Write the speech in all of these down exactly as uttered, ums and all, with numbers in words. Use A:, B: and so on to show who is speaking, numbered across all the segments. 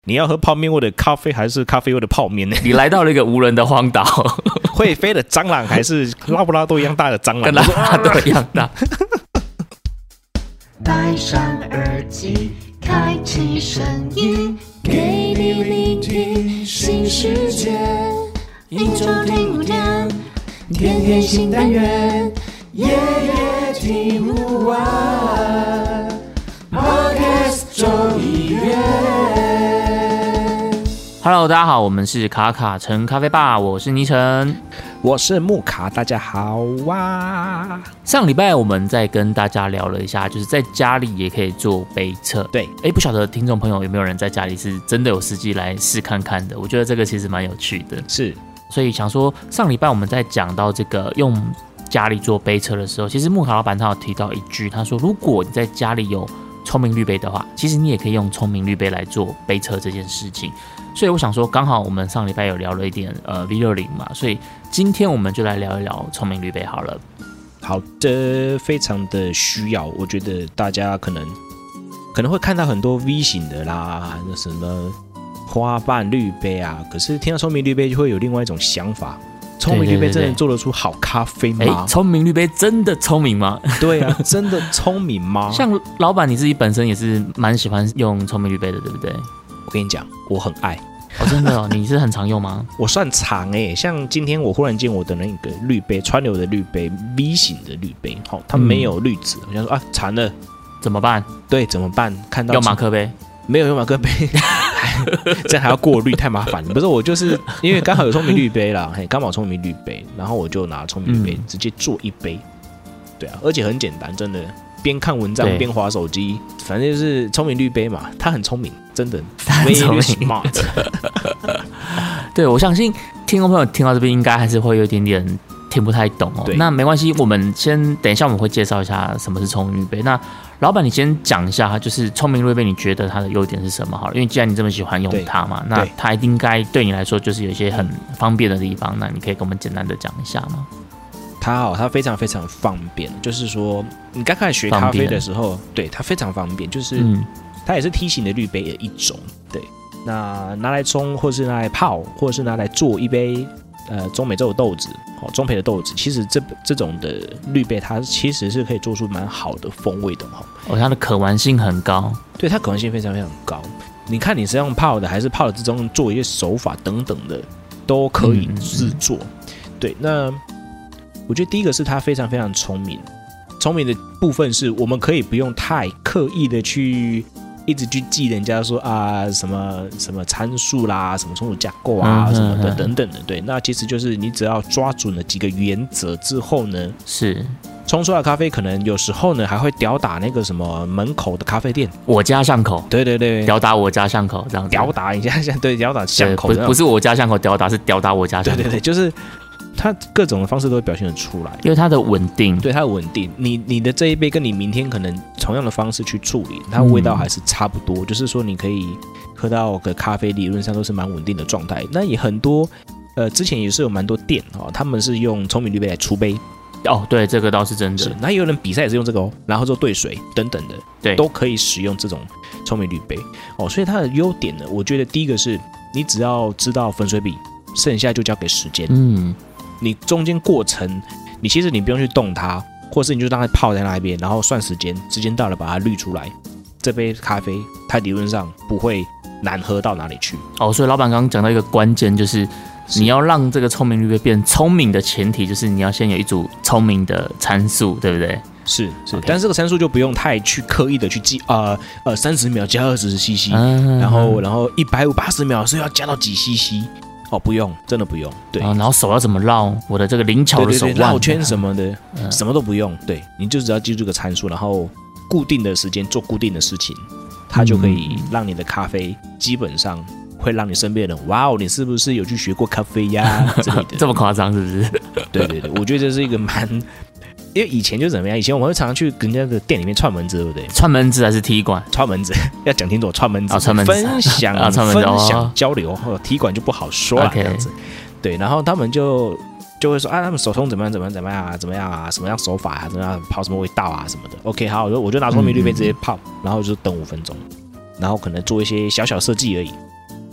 A: 你要喝泡面味的咖啡还是咖啡味的泡面呢？
B: 你来到了一个无人的荒岛，
A: 会飞的蟑螂还是拉布拉多一样大的蟑螂？
B: 跟拉布拉多一样大。
C: 戴上耳机，开启声音，给你聆听新世界。一周听五天，天天新单元，夜夜听不完。Podcast 周一月。
B: Hello， 大家好，我们是卡卡城咖啡吧，我是倪晨，
A: 我是木卡，大家好哇！
B: 上礼拜我们在跟大家聊了一下，就是在家里也可以做杯测。
A: 对，
B: 哎，不晓得听众朋友有没有人在家里是真的有实际来试看看的？我觉得这个其实蛮有趣的。
A: 是，
B: 所以想说，上礼拜我们在讲到这个用家里做杯测的时候，其实木卡老板他有提到一句，他说，如果你在家里有聪明滤杯的话，其实你也可以用聪明滤杯来做杯测这件事情。所以我想说，刚好我们上礼拜有聊了一点呃 V 六十 嘛，所以今天我们就来聊一聊聪明滤杯好了。
A: 好的，非常的需要，我觉得大家可能可能会看到很多 V 型的啦，那什么花瓣滤杯啊，可是听到聪明滤杯就会有另外一种想法。聪明滤杯真的做得出好咖啡吗？
B: 聪明滤杯真的聪明吗？
A: 对啊，真的聪明吗？
B: 像老板你自己本身也是蛮喜欢用聪明滤杯的，对不对？
A: 我跟你讲，我很爱。
B: 哦，真的哦，你是很常用吗？
A: 我算常哎、欸，像今天我忽然间我的那个滤杯，川流的滤杯 V 型的滤杯，好、哦，它没有滤纸，我想说啊，惨了，
B: 怎么办？
A: 对，怎么办？看到
B: 用马克杯。
A: 没有用马克杯，这样还要过滤，太麻烦了。不是我就是因为刚好有聪明滤杯啦，嘿，刚好聪明滤杯，然后我就拿聪明滤杯、嗯、直接做一杯，对啊，而且很简单，真的，边看文章边滑手机，反正就是聪明滤杯嘛，它很聪明，真的，
B: 很聪明 ，smart。对，我相信听众朋友听到这边应该还是会有一点点听不太懂哦。那没关系，我们先等一下我们会介绍一下什么是聪明滤杯。那老板，你先讲一下，就是聪明滤杯，你觉得它的优点是什么好了？因为既然你这么喜欢用它嘛，那它应该对你来说就是有一些很方便的地方。那你可以跟我们简单的讲一下吗？
A: 它哦，它非常非常方便，就是说你刚开始学咖啡的时候，对它非常方便，就是、嗯、它也是梯形的滤杯的一种，对，那拿来冲，或是拿来泡，或者是拿来做一杯呃中美洲的豆子。中培的豆子，其实这这种的滤杯，它其实是可以做出蛮好的风味的哈。
B: 哦，它的可玩性很高，
A: 对，它可玩性非常非常高。你看你是用泡的，还是泡的之中做一些手法等等的，都可以制作。嗯、对，那我觉得第一个是它非常非常聪明，聪明的部分是我们可以不用太刻意的去。一直去记人家说啊什么什么参数啦，什么冲煮架构啊、嗯、什么的等等的，对，那其实就是你只要抓准了几个原则之后呢，
B: 是
A: 冲出来的咖啡可能有时候呢还会吊打那个什么门口的咖啡店，
B: 我家巷口，
A: 对对对，
B: 吊打我家巷口这样子，
A: 吊打一下，对，吊打巷口，
B: 不不是我家巷口吊打，是吊打我家巷口，
A: 对对对，就是。它各种的方式都会表现得出来，
B: 因为它的稳定，
A: 对它的稳定，你你的这一杯跟你明天可能同样的方式去处理，它的味道还是差不多，嗯、就是说你可以喝到个咖啡，理论上都是蛮稳定的状态。那也很多，呃，之前也是有蛮多店哦，他们是用聪明滤杯来出杯，
B: 哦，对，这个倒是真的。
A: 是，那也有人比赛也是用这个哦，然后做兑水等等的，
B: 对，
A: 都可以使用这种聪明滤杯哦。所以它的优点呢，我觉得第一个是你只要知道粉水比，剩下就交给时间，嗯。你中间过程，你其实你不用去动它，或是你就让它泡在那边，然后算时间，时间到了把它滤出来，这杯咖啡它理论上不会难喝到哪里去。
B: 哦，所以老板刚刚讲到一个关键，就是你要让这个聪明滤杯变聪明的前提，就是你要先有一组聪明的参数，对不对？
A: 是是， okay. 但是这个参数就不用太去刻意的去记，呃呃，三十秒加二十 C C，、嗯、然后然后一百五八十秒是要加到几 C C。哦，不用，真的不用。对，
B: 然后手要怎么绕？我的这个灵巧的手腕，
A: 绕圈什么的，嗯、什么都不用。对，你就只要记住这个参数，然后固定的时间做固定的事情，它就可以让你的咖啡基本上会让你身边的人，哇哦，你是不是有去学过咖啡呀？之类的，
B: 这么夸张是不是？
A: 对对对，我觉得这是一个蛮。因为以前就怎么样？以前我们会常常去人家的店里面串门子，对不对？
B: 串门子还是踢馆？
A: 串门子要讲清楚，串门子，
B: 哦、串门子
A: 分享、
B: 啊、
A: 分享、交流。踢馆就不好说了，这样子。对，然后他们就就会说啊，他们手冲怎么样怎么样怎么样啊，怎么样啊，什么样手法啊，怎么样泡什么味道啊什么的。OK， 好，我就拿聪明滤杯直接泡，嗯、然后就等五分钟，然后可能做一些小小设计而已。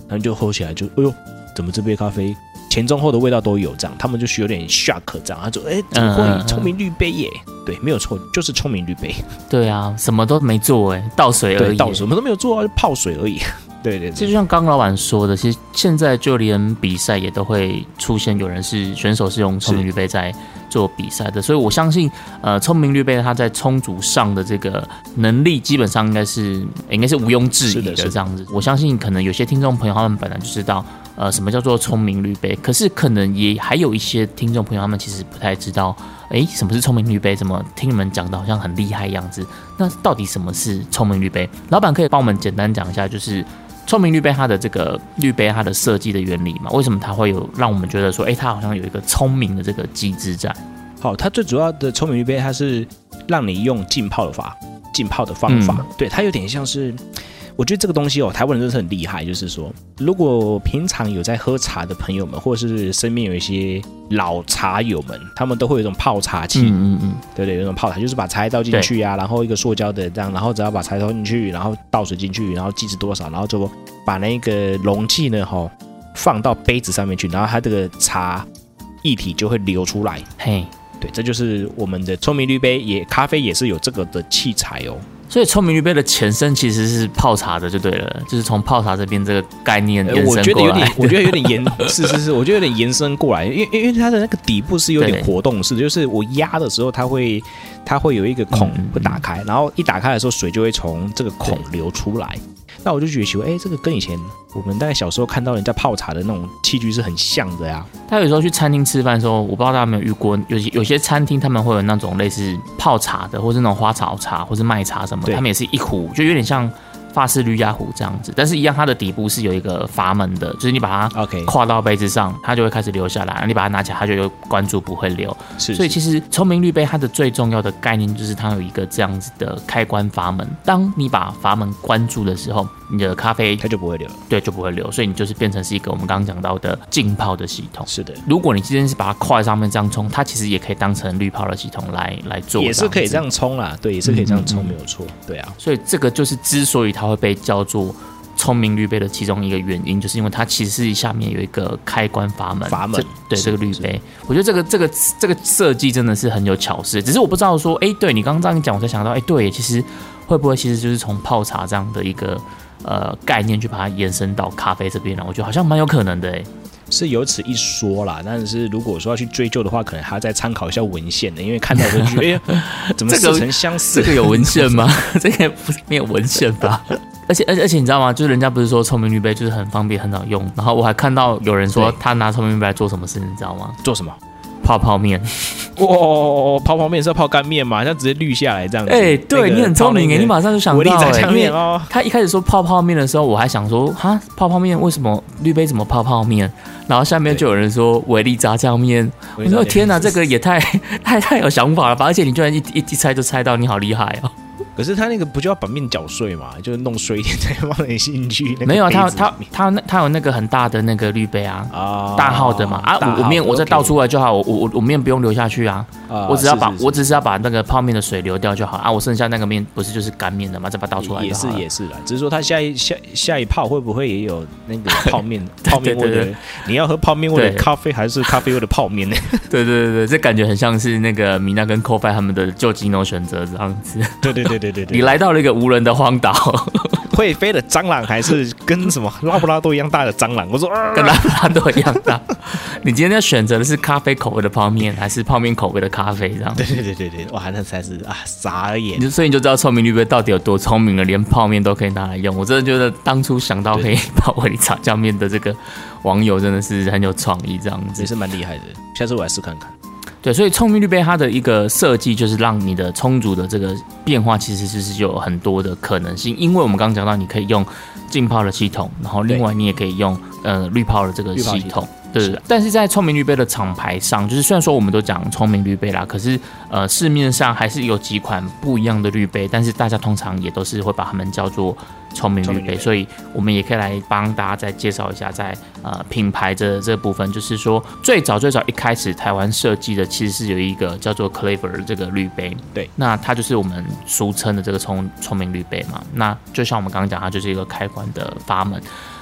A: 然后就喝起来就，哎呦，怎么这杯咖啡前中后的味道都有这样，他们就是有点 shock 这样，他说，哎，怎么会聪明绿杯耶？嗯嗯嗯对，没有错，就是聪明绿杯。
B: 对啊，什么都没做哎，倒水而已，
A: 倒水什么都没有做啊，就泡水而已。对对对，
B: 这就像刚老板说的，其实现在就连比赛也都会出现有人是选手是用聪明绿杯在做比赛的，所以我相信，呃，聪明绿杯它在冲煮上的这个能力，基本上应该是应该是毋庸置疑的这样子。我相信可能有些听众朋友他们本来就知道，呃，什么叫做聪明绿杯，可是可能也还有一些听众朋友他们其实不太知道，哎，什么是聪明绿杯？怎么听你们讲的好像很厉害样子？那到底什么是聪明绿杯？老板可以帮我们简单讲一下，就是聪明绿杯它的这个绿杯它的设计的原理嘛？为什么它会有让我们觉得说，哎，它好像有一个聪明的这个机制在？
A: 好，它最主要的聪明绿杯，它是让你用浸泡的法，浸泡的方法，嗯、对，它有点像是。我觉得这个东西哦，台湾人真的是很厉害。就是说，如果平常有在喝茶的朋友们，或者是身边有一些老茶友们，他们都会有一种泡茶器，嗯嗯嗯，对对，有一种泡茶，就是把茶叶倒进去啊，然后一个塑胶的这样，然后只要把茶叶倒进去，然后倒水进去，然后计值多少，然后就把那个容器呢，吼、哦，放到杯子上面去，然后它这个茶液体就会流出来。嘿，对，这就是我们的聪明绿杯，也咖啡也是有这个的器材哦。
B: 所以聪明绿杯的前身其实是泡茶的，就对了，就是从泡茶这边这个概念延伸过来。
A: 我觉得有点，我觉得有点延，是是是，我觉得有点延伸过来，因为因为它的那个底部是有点活动式的，就是我压的时候，它会它会有一个孔会打开，然后一打开的时候，水就会从这个孔流出来。那我就觉得奇怪，哎，这个跟以前我们大概小时候看到人家泡茶的那种器具是很像的呀。
B: 他有时候去餐厅吃饭的时候，我不知道大家有没有遇过，有有些餐厅他们会有那种类似泡茶的，或是那种花草茶，或是麦茶什么的，他们也是一壶，就有点像法式绿鸭壶这样子，但是一样，它的底部是有一个阀门的，就是你把它跨到杯子上，它就会开始流下来，你把它拿起来，它就会关住，不会流。是，所以其实聪明绿杯它的最重要的概念就是它有一个这样子的开关阀门，当你把阀门关住的时候，你的咖啡
A: 它就不会流，
B: 对，就不会流，所以你就是变成是一个我们刚刚讲到的浸泡的系统。
A: 是的，
B: 如果你今天是把它跨在上面这样冲，它其实也可以当成滤泡的系统来来做，
A: 也是可以这样冲啦，对，也是可以这样冲，没有错，对啊。
B: 所以这个就是之所以它会被叫做聪明滤杯的其中一个原因，就是因为它其实是下面有一个开关阀门，
A: 阀门
B: 对这个滤杯，我觉得这个这个这个设计真的是很有巧思。只是我不知道说，哎，对你刚刚这样讲，我才想到，哎，对，其实会不会其实就是从泡茶这样的一个呃概念去把它延伸到咖啡这边了？我觉得好像蛮有可能的，哎。
A: 是有此一说啦，但是如果说要去追究的话，可能还要再参考一下文献的，因为看到就觉得，哎，怎么似曾相识？
B: 这个有文献吗？这个不是没有文献吧？而且而且而且你知道吗？就是人家不是说聪明绿杯就是很方便很好用，然后我还看到有人说他拿聪明绿杯来做什么事，你知道吗？
A: 做什么？
B: 泡泡面。
A: 哇、哦，泡泡面是要泡干面嘛？像直接滤下来这样子。
B: 哎、欸，对、那個、你很聪明哎，你马上就想到哎、欸，因为
A: 哦，
B: 他一开始说泡泡面的时候，我还想说哈，泡泡面为什么滤杯怎么泡泡面？然后下面就有人说维力炸酱面，我说天哪，这个也太太太有想法了吧！而且你居然一一一猜就猜到，你好厉害哦！
A: 可是他那个不就要把面搅碎嘛，就是弄碎一点再放进去。那個、
B: 没有，他他他他有那个很大的那个滤杯啊，啊大号的嘛啊，我我面我再倒出来就好，我我我面不用流下去啊，啊我只要把是是是我只是要把那个泡面的水流掉就好啊，我剩下那个面不是就是干面的嘛，再把它倒出来就好了。
A: 也是也是啦，只是说他下一下下一泡会不会也有那个泡面泡面味的？對對對你要喝泡面味的咖啡还是咖啡味的泡面呢？
B: 对对对对，这感觉很像是那个米娜跟 Coffee 他们的就金牛选择这样子。
A: 对对对对。对对对
B: 你来到了一个无人的荒岛，
A: 会飞的蟑螂还是跟什么拉布拉多一样大的蟑螂？我说、呃、
B: 跟拉布拉多一样大。你今天要选择的是咖啡口味的泡面，还是泡面口味的咖啡？这样？
A: 对对对对对，哇，那才是啊，傻眼！
B: 所以你就知道聪明绿杯到底有多聪明了，连泡面都可以拿来用。我真的觉得当初想到可以泡维力炸酱面的这个网友真的是很有创意，这样子
A: 也是蛮厉害的。下次我来试看看。
B: 对，所以聪明绿杯它的一个设计就是让你的冲煮的这个变化其实就是有很多的可能性，因为我们刚刚讲到你可以用浸泡的系统，然后另外你也可以用呃滤泡的这个系统。对，是但是在聪明绿杯的厂牌上，就是虽然说我们都讲聪明绿杯啦，可是呃市面上还是有几款不一样的绿杯，但是大家通常也都是会把它们叫做聪明绿杯，所以我们也可以来帮大家再介绍一下在呃品牌的这个部分，就是说最早最早一开始台湾设计的其实是有一个叫做 Clever 这个绿杯，
A: 对，
B: 那它就是我们俗称的这个聪聪明绿杯嘛，那就像我们刚刚讲，它就是一个开关的阀门。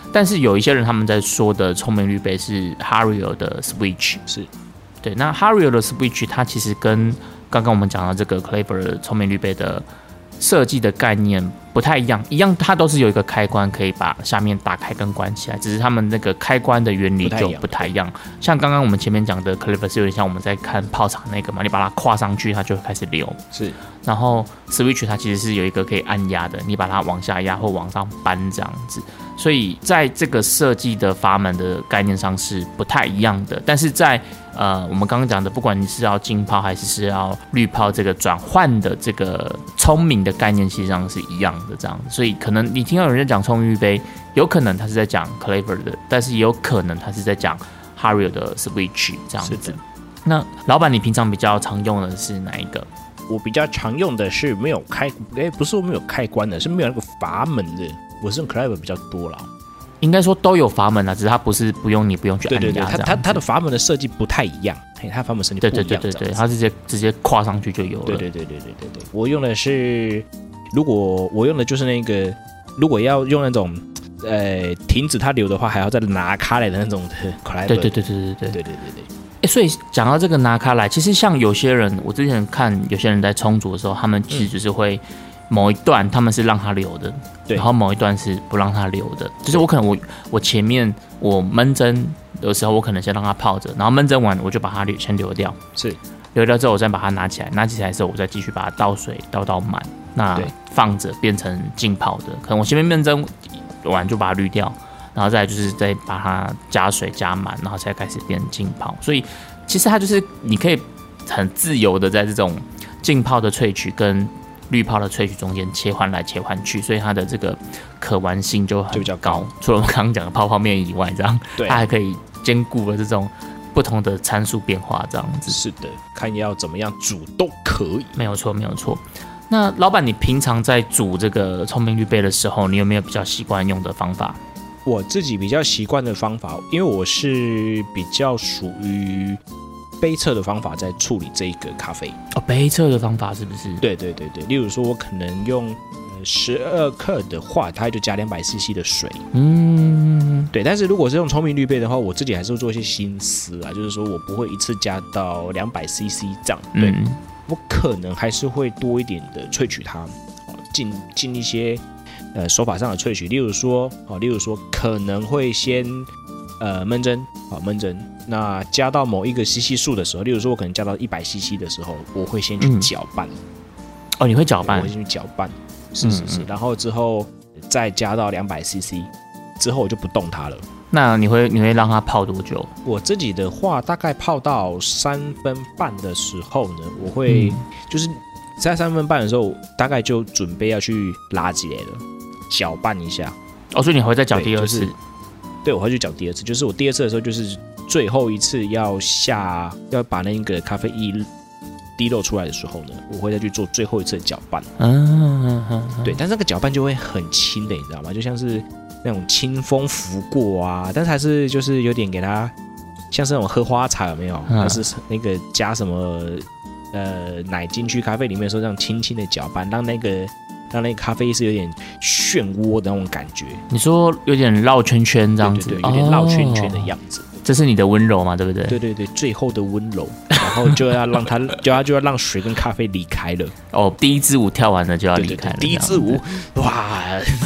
B: 但是有一些人他们在说的聪明滤杯是 Hario 的 Switch，
A: 是
B: 对。那 Hario 的 Switch 它其实跟刚刚我们讲到这个 Clever 的聪明滤杯的设计的概念不太一样，一样它都是有一个开关可以把下面打开跟关起来，只是他们那个开关的原理就不太一样。像刚刚我们前面讲的 Clever 是有点像我们在看泡茶那个嘛，你把它跨上去它就会开始流，
A: 是。
B: 然后 Switch 它其实是有一个可以按压的，你把它往下压或往上搬这样子，所以在这个设计的阀门的概念上是不太一样的。但是在呃我们刚刚讲的，不管你是要浸泡还是是要滤泡，这个转换的这个聪明的概念其实上是一样的这样子。所以可能你听到有人在讲聪明滤杯，有可能他是在讲 Clever 的，但是也有可能他是在讲 Hario 的 Switch 这样子。那老板，你平常比较常用的是哪一个？
A: 我比较常用的是没有开，哎，不是我没有开关的，是没有那个阀门的。我是用 Clever 比较多啦。
B: 应该说都有阀门啊，只是它不是不用你不用去按压。对对对，它
A: 它它的阀门的设计不太一样，嘿，它阀门设计不一样。
B: 对对对对对，它直接直接跨上去就有了。
A: 对对对对对对对，我用的是，如果我用的就是那个，如果要用那种呃停止它流的话，还要再拿开来的那种的 Clever。
B: 对对对对对对
A: 对对对对。
B: 欸、所以讲到这个拿开来，其实像有些人，我之前看有些人在冲煮的时候，他们其实就是会某一段他们是让它流的，然后某一段是不让它流的。就是我可能我我前面我焖蒸的时候，我可能先让它泡着，然后焖蒸完我就把它流先流掉，
A: 是
B: 流掉之后我再把它拿起来，拿起来之后我再继续把它倒水倒到满，那放着变成浸泡的。可能我前面焖蒸完就把它滤掉。然后再来就是再把它加水加满，然后才开始变浸泡。所以其实它就是你可以很自由的在这种浸泡的萃取跟滤泡的萃取中间切换来切换去，所以它的这个可玩性就很
A: 就比较高。
B: 除了我们刚刚讲的泡泡面以外，这样
A: 对
B: 它还可以兼顾了这种不同的参数变化，这样子。
A: 是的，看要怎么样煮都可以。
B: 没有错，没有错。那老板，你平常在煮这个聪明滤杯的时候，你有没有比较习惯用的方法？
A: 我自己比较习惯的方法，因为我是比较属于杯测的方法在处理这个咖啡。
B: 哦，杯测的方法是不是？
A: 对对对对，例如说我可能用十二克的话，它就加两百 C C 的水。嗯，对。但是如果是用聪明滤杯的话，我自己还是会做一些心思啊，就是说我不会一次加到两百 C C 这样。对，嗯、我可能还是会多一点的萃取它，进进一些。呃，手法上的萃取，例如说，哦，例如说可能会先呃焖蒸，好焖蒸，那加到某一个 C C 数的时候，例如说我可能加到一百 C C 的时候，我会先去搅拌。嗯、
B: 哦，你会搅拌？
A: 我会先去搅拌，是是是，嗯嗯然后之后再加到两百 C C， 之后我就不动它了。
B: 那你会你会让它泡多久？
A: 我自己的话，大概泡到三分半的时候呢，我会、嗯、就是在三分半的时候，大概就准备要去拉起来了。搅拌一下
B: 哦，所以你还会再搅第二次？
A: 对，就是、对我会去搅第二次，就是我第二次的时候，就是最后一次要下要把那个咖啡液滴漏出来的时候呢，我会再去做最后一次的搅拌。嗯，对，但是那个搅拌就会很轻的，你知道吗？就像是那种清风拂过啊，但是还是就是有点给它像是那种喝花茶有没有？还是那个加什么呃奶进去咖啡里面的时候，这样轻轻的搅拌，让那个。让那个咖啡是有点漩涡的那种感觉。
B: 你说有点绕圈圈这样子，
A: 对对对，有点绕圈圈的样子。
B: 哦、这是你的温柔嘛，对不对？
A: 对对对，最后的温柔，然后就要让它，就要就要让水跟咖啡离开了。
B: 哦，第一支舞跳完了就要离开了。
A: 对对对第一支舞，哇！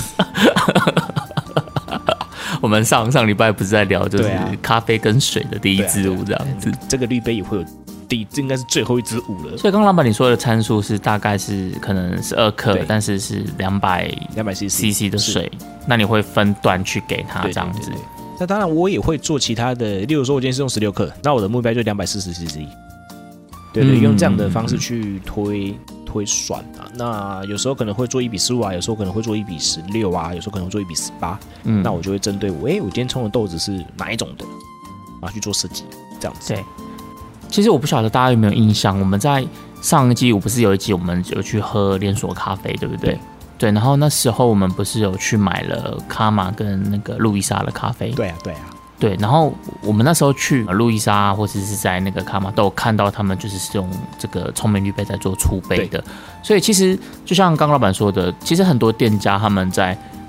B: 我们上上礼拜不是在聊就是咖啡跟水的第一支舞这样子，
A: 这个滤杯也会有。第这应该是最后一支舞了，
B: 所以刚刚老板你说的参数是大概是可能是二克，但是是两百
A: 两百 C
B: C 的水，那你会分段去给它这样子。
A: 对对对对那当然我也会做其他的，例如说我今天是用十六克，那我的目标就两百四十 C C， 对对，嗯、用这样的方式去推推算啊。那有时候可能会做一比十五啊，有时候可能会做一比十六啊，有时候可能会做一比十八，嗯，那我就会针对我，哎、欸，我今天冲的豆子是哪一种的，然后去做设计，这样子。
B: 对。其实我不晓得大家有没有印象，我们在上一季我不是有一集我们有去喝连锁咖啡，对不对？对, 对，然后那时候我们不是有去买了卡玛跟那个路易莎的咖啡？
A: 对啊，对啊，
B: 对。然后我们那时候去路易莎或者是在那个卡玛都有看到他们就是用这个聪明滤杯在做出杯的，所以其实就像刚刚老板说的，其实很多店家他们在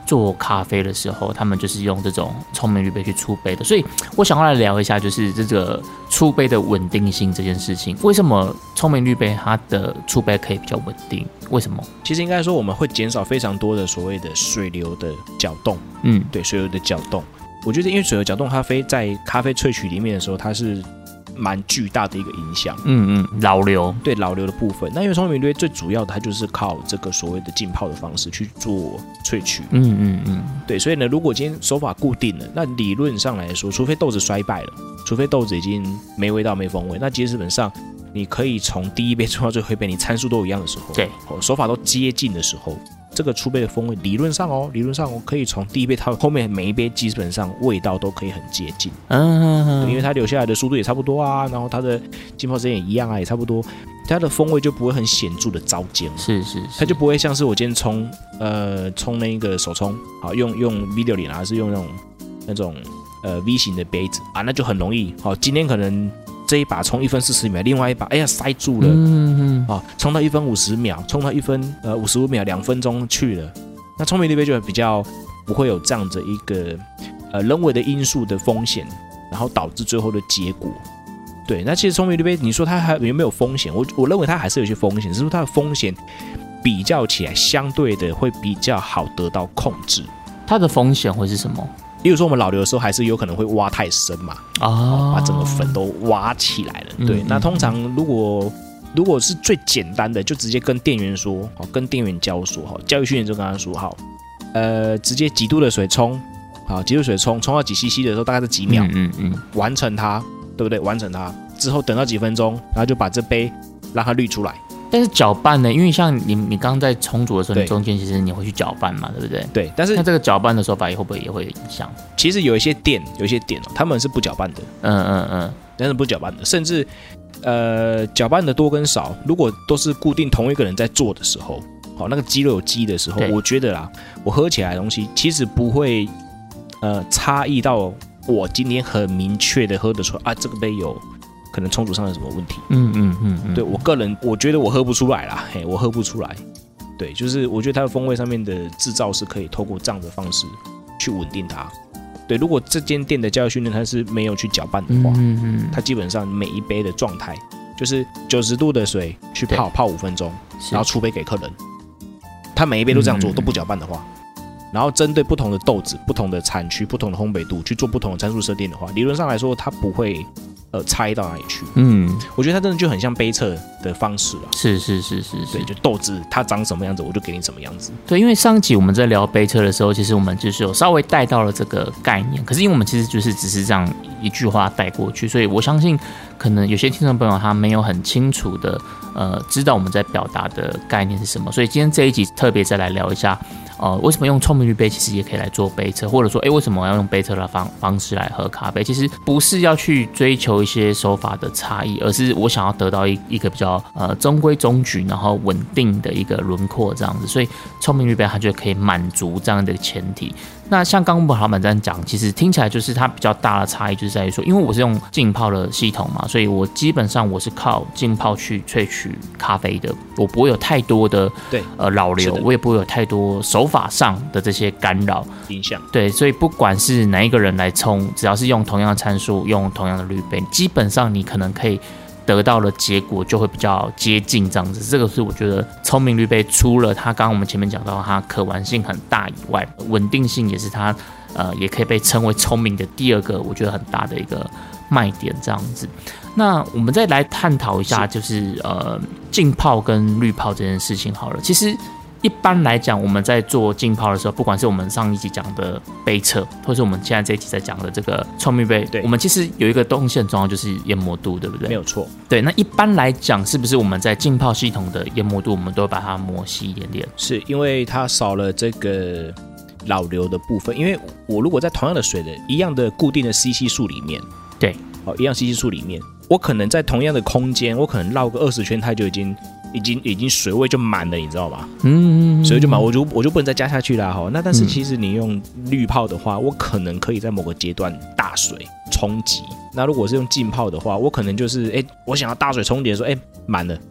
B: 做咖啡的时候，他们就是用这种聪明滤杯去出杯的。所以我想要来聊一下，就是这个出杯的稳定性这件事情。为什么聪明滤杯它的出杯可以比较稳定？为什么？
A: 其实应该说我们会减少非常多的所谓的水流的搅动。嗯，对，水流的搅动。我觉得因为水流搅动，咖啡在咖啡萃取里面的时候，它是蛮巨大的一个影响。
B: 嗯嗯，老流，
A: 对老流的部分。那因为聪明滤杯最主要的，它就是靠这个所谓的浸泡的方式去做萃取。嗯嗯嗯，对。所以呢，如果今天手法固定了，那理论上来说，除非豆子衰败了，除非豆子已经没味道、没风味，那基本上你可以从第一杯做到最后一杯，你参数都一样的时候，
B: 对，
A: 手法都接近的时候。这个出杯的风味，理论上哦，理论上哦，可以从第一杯到后面每一杯基本上味道都可以很接近，嗯，因为它留下来的速度也差不多啊，然后它的浸泡时间也一样啊，也差不多，它的风味就不会很显著的糟尖，
B: 是是是，
A: 它就不会像是我今天冲呃冲那个手冲，好用用 V 六十 啊，还是用那种那种呃 V 型的杯子啊，那就很容易，好，今天可能。这一把冲一分四十秒，另外一把哎呀塞住了，嗯嗯，啊，冲到一分五十秒，冲到一分呃五十五秒，两分钟去了。那聪明滤杯就比较不会有这样的一个呃人为的因素的风险，然后导致最后的结果。对，那其实聪明滤杯，你说它还有没有风险？我我认为它还是有一些风险，只是说它的风险比较起来，相对的会比较好得到控制。
B: 它的风险会是什么？
A: 例如说，我们老流的时候，还是有可能会挖太深嘛，哦，把整个粉都挖起来了。对，嗯、那通常如果如果是最简单的，就直接跟店员说，好，跟店员教说，好，教育训练就跟他说，好，呃，直接几度的水冲，好，几度水冲，冲到几 C C 的时候，大概是几秒，嗯嗯，嗯完成它，对不对？完成它之后，等到几分钟，然后就把这杯让它滤出来。
B: 但是搅拌呢？因为像你你刚刚在冲煮的时候，你中间其实你会去搅拌嘛，对不对？
A: 对。但是
B: 那这个搅拌的手法会不会也会影响？
A: 其实有一些店，有一些店哦，他们是不搅拌的。嗯嗯嗯，但是不搅拌的，甚至呃搅拌的多跟少，如果都是固定同一个人在做的时候，好，那个鸡肉有鸡的时候，我觉得啦，我喝起来的东西其实不会呃差异到我今天很明确的喝得出来啊，这个杯有。可能冲煮上有什么问题？嗯嗯嗯嗯，对我个人，我觉得我喝不出来啦，嘿，我喝不出来。对，就是我觉得它的风味上面的制造是可以透过这样的方式去稳定它。对，如果这间店的教育训练它是没有去搅拌的话，嗯嗯，它基本上每一杯的状态就是九十度的水去泡泡五分钟，然后出杯给客人。他每一杯都这样做，都不搅拌的话，然后针对不同的豆子、不同的产区、不同的烘焙度去做不同的参数设定的话，理论上来说，它不会。呃，差异到哪里去？嗯，我觉得它真的就很像杯测的方式啊。
B: 是是是是是，
A: 对，就豆子它长什么样子，我就给你什么样子。
B: 对，因为上集我们在聊杯测的时候，其实我们就是有稍微带到了这个概念，可是因为我们其实就是只是这样一句话带过去，所以我相信可能有些听众朋友他没有很清楚的呃知道我们在表达的概念是什么，所以今天这一集特别再来聊一下。呃，为什么用聪明滤杯其实也可以来做杯测，或者说，哎，为什么要用杯测的方方式来喝咖啡？其实不是要去追求一些手法的差异，而是我想要得到一一个比较呃中规中矩，然后稳定的一个轮廓这样子。所以聪明滤杯它就可以满足这样的前提。那像刚刚老板这样讲，其实听起来就是它比较大的差异，就是在于说，因为我是用浸泡的系统嘛，所以我基本上我是靠浸泡去萃取咖啡的，我不会有太多的
A: 对
B: 呃老流，我也不会有太多手法上的这些干扰
A: 影响。
B: 对，所以不管是哪一个人来冲，只要是用同样的参数，用同样的滤杯，基本上你可能可以得到的结果就会比较接近这样子。这个是我觉得聪明滤杯除了它刚刚我们前面讲到它可玩性很大以外，稳定性也是它呃也可以被称为聪明的第二个我觉得很大的一个卖点这样子。那我们再来探讨一下就是呃浸泡跟滤泡这件事情好了。其实一般来讲，我们在做浸泡的时候，不管是我们上一集讲的杯测，或是我们现在这一集在讲的这个聪明杯，我们其实有一个东西很重要，就是研磨度，对不对？
A: 没有错。
B: 对，那一般来讲，是不是我们在浸泡系统的研磨度，我们都会把它磨细一点点？
A: 是因为它少了这个老流的部分，因为我如果在同样的水的一样的固定的 C C 数里面，
B: 对，
A: 哦，一样 C C 数里面，我可能在同样的空间，我可能绕个二十圈，它就已经。已经已经水位就满了，你知道吗？嗯，水位就满，我就我就不能再加下去啦哈。那但是其实你用滤泡的话，我可能可以在某个阶段大水冲击。那如果是用浸泡的话，我可能就是哎，我想要大水冲击的时候，哎，满了，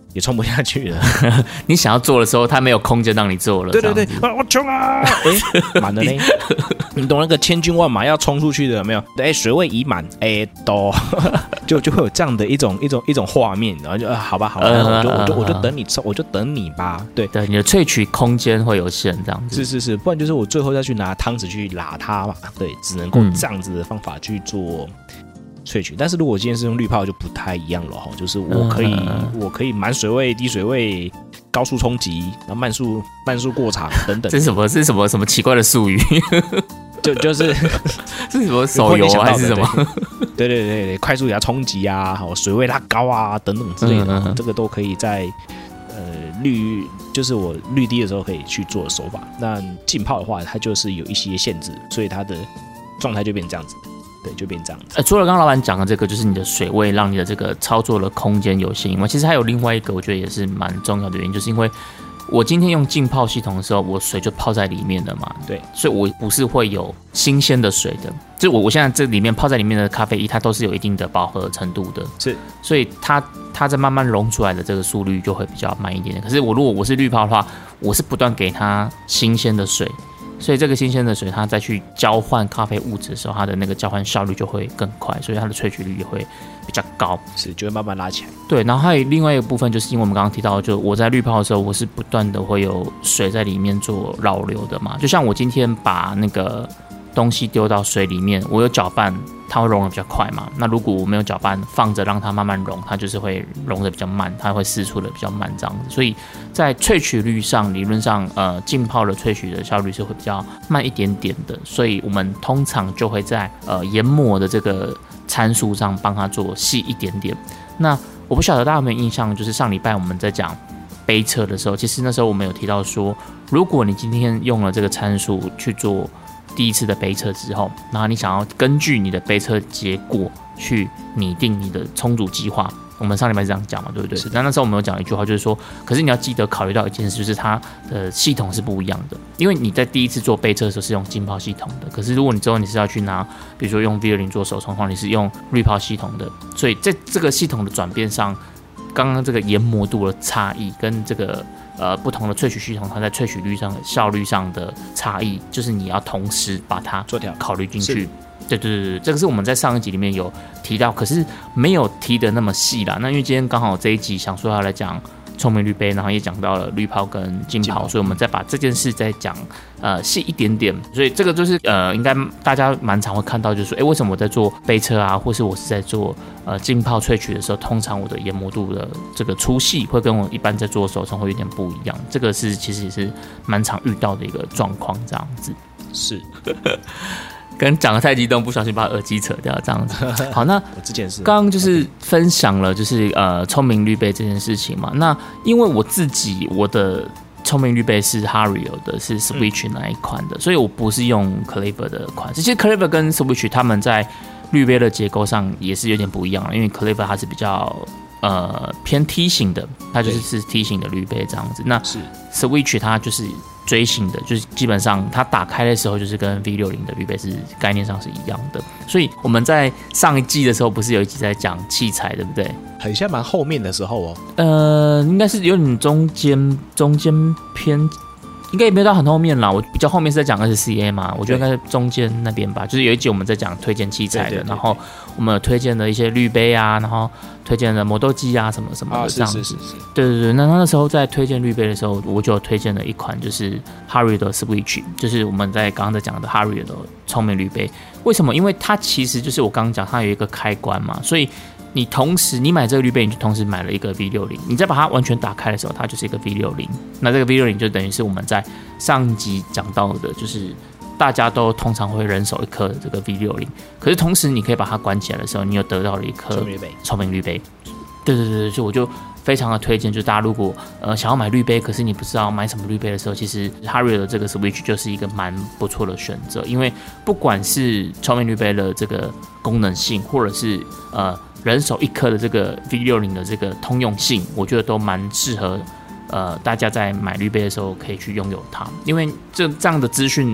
A: 也冲不下去了。
B: 你想要做的时候，它没有空间让你做了。
A: 对对对，啊、我冲啊！哎，满了呢。你懂那个千军万马要冲出去的有没有？哎，水位已满，哎，都就就会有这样的一种一种一种画面，然后就、啊、好吧好吧，呃、我就我就我就等你抽，我就等你吧。对
B: 对，你的萃取空间会有限，这样子。
A: 是是是，不然就是我最后再去拿汤匙去拉它嘛。对，只能够这样子的方法去做萃取。但是如果我今天是用滤泡，就不太一样了哈，就是我可以、嗯、我可以满水位、低水位、高速冲击，然后慢速慢速过场等等。
B: 这是什么？这是什么什么奇怪的术语？
A: 就就是
B: 是什么手游还是什么？
A: 对对对对，快速给它冲击啊，好水位拉高啊等等之类的，嗯嗯这个都可以在呃滤，就是我滤滴的时候可以去做的手法。那浸泡的话，它就是有一些限制，所以它的状态就变这样子。对，就变这样子。
B: 呃，除了刚刚老板讲的这个，就是你的水位让你的这个操作的空间有限以外，其实还有另外一个，我觉得也是蛮重要的原因，就是因为我今天用浸泡系统的时候，我水就泡在里面了嘛，
A: 对，
B: 所以我不是会有新鲜的水的。就我我现在这里面泡在里面的咖啡液，它都是有一定的饱和程度的，
A: 是，
B: 所以它它在慢慢溶出来的这个速率就会比较慢一点点。可是我如果我是滤泡的话，我是不断给它新鲜的水。所以这个新鲜的水，它再去交换咖啡物质的时候，它的那个交换效率就会更快，所以它的萃取率也会比较高，
A: 是就会慢慢拉起来。
B: 对，然后还有另外一个部分，就是因为我们刚刚提到，就我在滤泡的时候，我是不断的会有水在里面做绕流的嘛。就像我今天把那个东西丢到水里面，我有搅拌，它会溶得比较快嘛。那如果我没有搅拌，放着让它慢慢溶，它就是会溶得比较慢，它会释出的比较慢这样子。所以在萃取率上，理论上，呃，浸泡的萃取的效率是会比较慢一点点的。所以我们通常就会在呃研磨的这个参数上帮它做细一点点。那我不晓得大家有没有印象，就是上礼拜我们在讲杯测的时候，其实那时候我们有提到说，如果你今天用了这个参数去做第一次的杯测之后，然后你想要根据你的杯测结果去拟定你的冲煮计划，我们上礼拜是这样讲嘛，对不对？那那时候我们有讲一句话，就是说，可是你要记得考虑到一件事，就是它的系统是不一样的，因为你在第一次做杯测的时候是用浸泡系统的，可是如果你之后你是要去拿，比如说用 V 二零做手冲的话，你是用滤泡系统的，所以在这个系统的转变上，刚刚这个研磨度的差异跟这个呃，不同的萃取系统，它在萃取率上、效率上的差异，就是你要同时把它做掉考虑进去。对对对对，这个是我们在上一集里面有提到，可是没有提的那么细啦。那因为今天刚好这一集想说要来讲聪明滤杯，然后也讲到了滤泡跟浸泡，所以我们再把这件事再讲呃细一点点。所以这个就是呃，应该大家蛮常会看到，就是说，哎，为什么我在做杯测啊，或是我是在做呃浸泡萃取的时候，通常我的研磨度的这个粗细会跟我一般在做手冲会有点不一样。这个是其实也是蛮常遇到的一个状况，这样子
A: 是。
B: 跟讲得太激动，不小心把耳机扯掉，这样子。好，那
A: 我之前是
B: 刚刚就是分享了，就是呃聪明滤杯这件事情嘛。那因为我自己我的聪明滤杯是 Hario 的，是 Switch 那一款的，嗯、所以我不是用 Clever 的款式。其实 Clever 跟 Switch 他们在滤杯的结构上也是有点不一样了，因为 Clever 它是比较呃偏梯形的，它就是是梯形的滤杯这样子。那 Switch 它就是锥形的，就是基本上它打开的时候就是跟 V 六十 的滤杯是概念上是一样的。所以我们在上一季的时候不是有一集在讲器材，对不对？
A: 很像蛮后面的时候哦。
B: 呃，应该是有点中间中间偏，应该也没有到很后面啦。我比较后面是在讲 二十 C A 嘛，我觉得应该是中间那边吧。就是有一集我们在讲推荐器材的，对对对对，然后我们有推荐的一些滤杯啊，然后推荐的磨豆机啊什么什么的这样子。啊、是是是是对对对，那那时候在推荐滤杯的时候，我就有推荐了一款就是 Hario 的 Switch， 就是我们在刚刚在讲的 Hario 的聪明滤杯。为什么？因为它其实就是我刚刚讲，它有一个开关嘛，所以你同时你买这个滤杯，你就同时买了一个 V 六十， 你再把它完全打开的时候，它就是一个 V 六十。那这个 V 六十 就等于是我们在上集讲到的，就是大家都通常会人手一颗的这个 V 六十， 可是同时你可以把它关起来的时候，你又得到了一颗聪明滤杯。对对对，所以我就非常的推荐，就是大家如果呃想要买滤杯，可是你不知道买什么滤杯的时候，其实 Hario 的这个 Switch 就是一个蛮不错的选择，因为不管是聪明滤杯的这个功能性，或者是呃人手一颗的这个 V 六十 的这个通用性，我觉得都蛮适合呃大家在买滤杯的时候可以去拥有它，因为这这样的资讯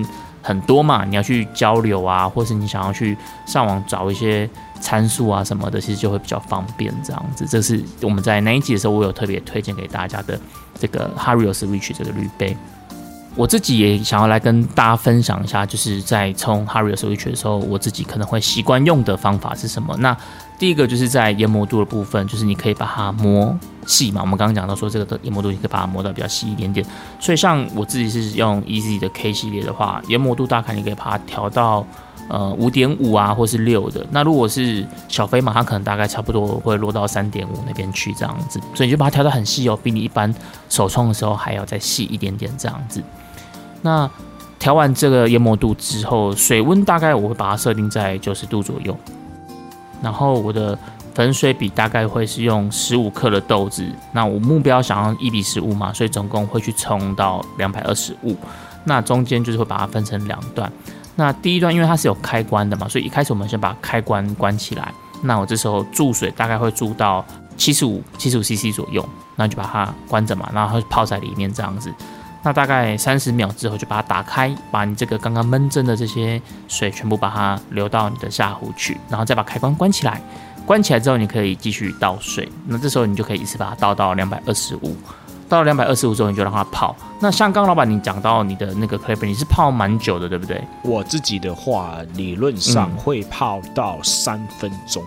B: 很多嘛，你要去交流啊，或是你想要去上网找一些参数啊什么的，其实就会比较方便这样子。这是我们在那一集的时候，我有特别推荐给大家的这个 Hario Switch 这个滤杯。我自己也想要来跟大家分享一下，就是在冲 Hario Switch 的时候，我自己可能会习惯用的方法是什么。那第一个就是在研磨度的部分，就是你可以把它磨细嘛。我们刚刚讲到说这个研磨度，你可以把它磨到比较细一点点。所以像我自己是用 E Z 的 K 系列的话，研磨度大概你可以把它调到呃 五点五 啊，或是六的。那如果是小飞马，它可能大概差不多会落到 三点五 那边去这样子。所以你就把它调到很细哦，比你一般手冲的时候还要再细一点点这样子。那调完这个研磨度之后，水温大概我会把它设定在九十度左右，然后我的粉水比大概会是用十五克的豆子，那我目标想要一比十五嘛，所以总共会去冲到两百二十五，那中间就是会把它分成两段。那第一段因为它是有开关的嘛，所以一开始我们先把开关关起来，那我这时候注水大概会注到七十五 七十五 C C 左右，那就把它关着嘛，然后泡在里面这样子。那大概三十秒之后就把它打开，把你这个刚刚焖蒸的这些水全部把它流到你的下壶去，然后再把开关关起来。关起来之后，你可以继续倒水。那这时候你就可以一次把它倒到两百二十五，到了两百二十五之后，你就让它泡。那像刚刚老板你讲到你的那个 Clever， 你是泡蛮久的，对不对？
A: 我自己的话，理论上会泡到三分钟。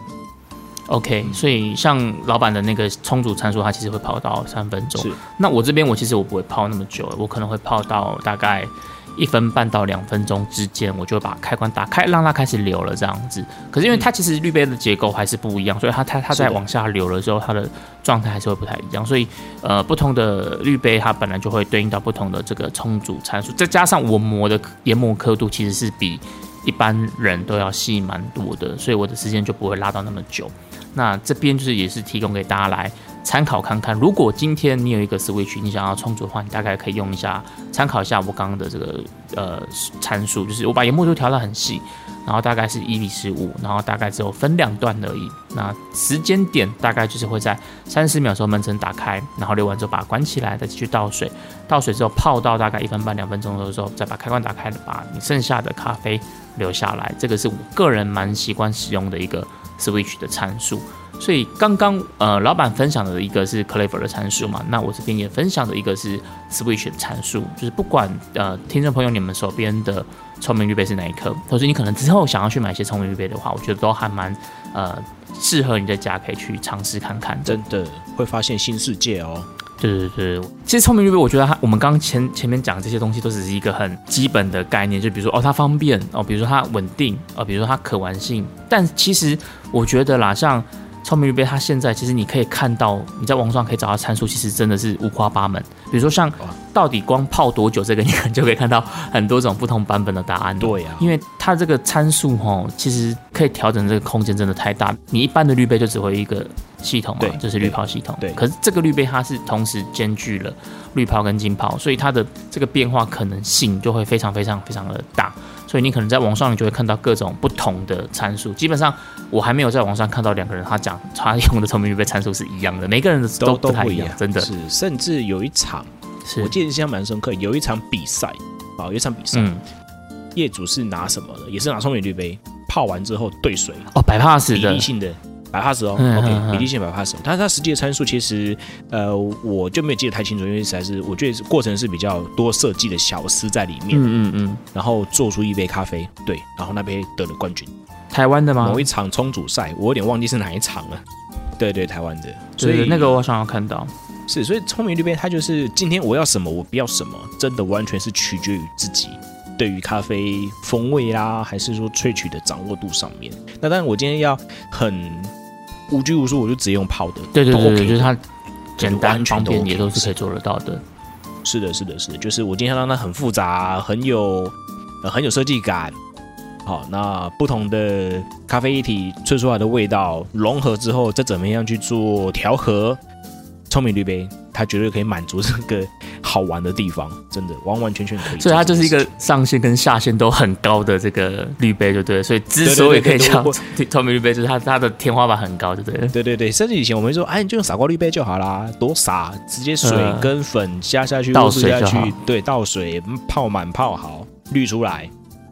B: OK， 所以像老板的那个冲煮参数，它其实会泡到三分钟。那我这边我其实我不会泡那么久，我可能会泡到大概一分半到两分钟之间，我就会把开关打开，让它开始流了这样子。可是因为它其实滤杯的结构还是不一样，所以它它它在往下流了之后，它的状态还是会不太一样。所以呃，不同的滤杯它本来就会对应到不同的这个冲煮参数，再加上我磨的研磨刻度其实是比一般人都要细蛮多的，所以我的时间就不会拉到那么久。那这边就是也是提供给大家来参考看看，如果今天你有一个 Switch， 你想要冲煮的话，你大概可以用一下，参考一下我刚刚的这个呃参数，就是我把研磨度调到很细，然后大概是一比十五，然后大概只有分两段而已。那时间点大概就是会在三十秒的时候焖蒸打开，然后流完之后把它关起来，再继续倒水，倒水之后泡到大概一分半两分钟的时候，再把开关打开，把你剩下的咖啡留下来。这个是我个人蛮习惯使用的一个 Switch 的参数。所以刚刚呃老板分享的一个是 Clever 的参数嘛，那我这边也分享的一个是 Switch 的参数，就是不管呃听众朋友你们手边的聪明滤杯是哪一颗，或者你可能之后想要去买一些聪明滤杯的话，我觉得都还蛮呃适合你在家可以去尝试看看，
A: 真的会发现新世界哦。
B: 对对对，其实聪明滤杯，我觉得它我们刚刚前前面讲的这些东西都只是一个很基本的概念，就比如说哦它方便哦，比如说它稳定哦，比如说它可玩性，但其实我觉得啦，像聪明滤杯它现在其实你可以看到，你在网络上可以找到参数，其实真的是五花八门。比如说像到底光泡多久这个，你可能就可以看到很多种不同版本的答案。
A: 对啊，
B: 因为它这个参数齁，其实可以调整这个空间真的太大。你一般的滤杯就只会一个系统嘛，就是滤泡系统。对。可是这个滤杯它是同时兼具了滤泡跟浸泡，所以它的这个变化可能性就会非常非常非常的大。所以你可能在网上你就会看到各种不同的参数。基本上我还没有在网上看到两个人他讲他用的聪明滤杯参数是一样的，每个人的 都, 都不太一样，真的
A: 是。甚至有一场，我记得印象蛮深刻，有一场比赛啊，有一场比赛，嗯、业主是拿什么的？也是拿聪明滤杯泡完之后兑水
B: 哦，百帕斯的
A: 比例性的。百帕斯哦、嗯、，OK， 比例性百帕斯，但是它实际的参数其实，呃，我就没有记得太清楚，因为实在是我觉得过程是比较多设计的小思在里面，嗯嗯嗯，然后做出一杯咖啡，对，然后那杯得了冠军，
B: 台湾的吗？
A: 某一场冲煮赛，我有点忘记是哪一场了，对对，台湾的，
B: 所以那个我好像要看到，
A: 是，所以聪明滤杯它就是今天我要什么，我不要什么，真的完全是取决于自己。对于咖啡风味啦，还是说萃取的掌握度上面，那当然我今天要很无拘无束，我就直接用泡的。
B: 对对对对， OK， 就是它简单方便也都是可以做得到的。
A: 是的，是的，是的，就是我今天让它很复杂，很有、呃、很有设计感。好，那不同的咖啡液体萃出来的味道融合之后，再怎么样去做调和，聪明滤杯它绝对可以满足这个好玩的地方，真的完完全全可以。
B: 所以它就是一个上限跟下限都很高的这个滤杯，就对了。所以之所以可以叫聪明滤杯，就是它它的天花板很高，就对了。
A: 对对对，甚至以前我们会说，哎，你就用傻瓜滤杯就好啦，多傻，直接水跟粉加下去，
B: 倒水下去，
A: 对，倒水泡满泡好，滤出来，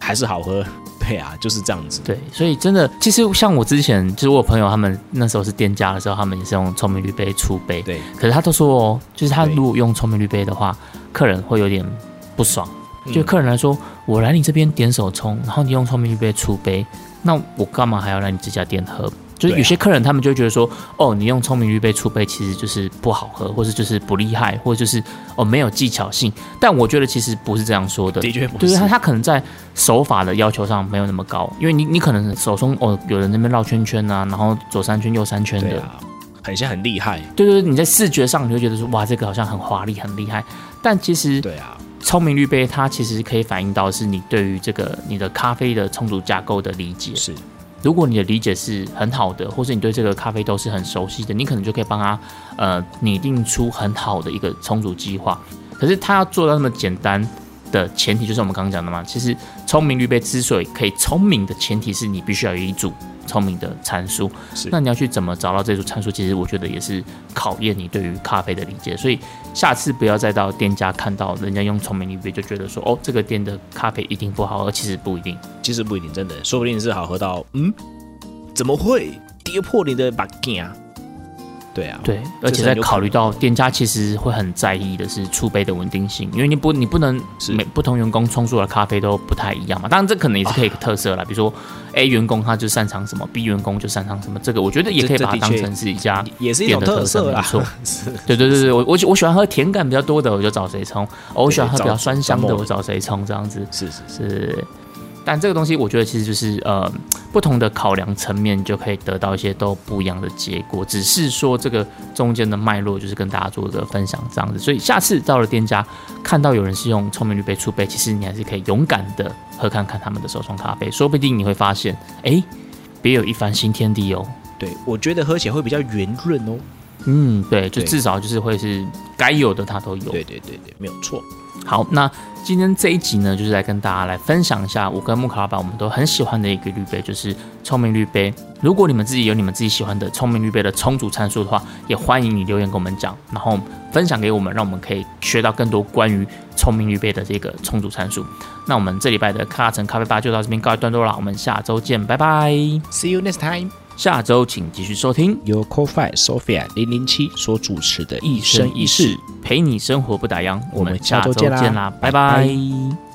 A: 还是好喝。对啊，就是这样子。
B: 对，所以真的，其实像我之前就是我有朋友他们那时候是店家的时候，他们也是用聪明绿杯出杯。
A: 对，
B: 可是他都说哦，就是他如果用聪明绿杯的话，客人会有点不爽。就客人来说，我来你这边点手冲，然后你用聪明绿杯出杯，那我干嘛还要来你这家店喝？就是有些客人他们就会觉得说，哦，你用聪明绿杯出杯其实就是不好喝，或者就是不厉害，或者就是哦没有技巧性。但我觉得其实不是这样说的，
A: 的确不是。
B: 就是他他可能在手法的要求上没有那么高，因为你你可能手冲哦，有人那边绕圈圈啊，然后左三圈右三圈的，
A: 啊、很像很厉害。
B: 对对对，你在视觉上你会觉得说，哇，这个好像很华丽很厉害，但其实
A: 对啊。
B: 聪明绿杯它其实可以反映到是你对于这个你的咖啡的冲煮架构的理解。
A: 是，
B: 如果你的理解是很好的，或是你对这个咖啡豆是很熟悉的，你可能就可以帮他呃拟定出很好的一个冲煮计划。可是他要做到那么简单的前提，就是我们刚刚讲的嘛，其实聪明绿杯之所以可以聪明的前提是你必须要有一组聪明的参数。那你要去怎么找到这组参数？其实我觉得也是考验你对于咖啡的理解。所以下次不要再到店家看到人家用聪明绿杯就觉得说，哦，这个店的咖啡一定不好喝，其实不一定，
A: 其实不一定，真的，说不定是好喝到，嗯，怎么会跌破你的眼镜啊？对啊，
B: 对，而且在考虑到店家其实会很在意的是出杯的稳定性，因为你不你不能每不同员工冲出的咖啡都不太一样嘛。当然这可能也是可以一个特色啦，啊、比如说 A 员工他就擅长什么 ，B 员工就擅长什么，这个我觉得也可以把它当成是一家
A: 也是一种特色啦。
B: 没错，对对对对，我我我喜欢喝甜感比较多的，我就找谁冲；我喜欢喝比较酸香的，我找谁冲，这样子。
A: 是是
B: 是。但这个东西，我觉得其实就是呃，不同的考量层面就可以得到一些都不一样的结果。只是说这个中间的脉络，就是跟大家做一个分享这样子。所以下次到了店家，看到有人是用聪明绿杯出杯，其实你还是可以勇敢的喝看看他们的手冲咖啡，说不定你会发现，哎，别有一番新天地哦。
A: 对，我觉得喝起来会比较圆润哦。
B: 嗯，对，就至少就是会是该有的它都有。
A: 对对对对，没有错。
B: 好，那今天这一集呢，就是来跟大家来分享一下我跟木卡老板我们都很喜欢的一个滤杯，就是聪明滤杯。如果你们自己有你们自己喜欢的聪明滤杯的冲煮参数的话，也欢迎你留言跟我们讲，然后分享给我们，让我们可以学到更多关于聪明滤杯的这个冲煮参数。那我们这礼拜的卡城咖啡吧就到这边告一段落了，我们下周见，拜拜
A: ，See you next time。
B: 下周请继续收听
A: 由 Ko-Fi Sophia 零零七所主持的一生一世，
B: 陪你生活不打烊。我们下周见啦，拜拜。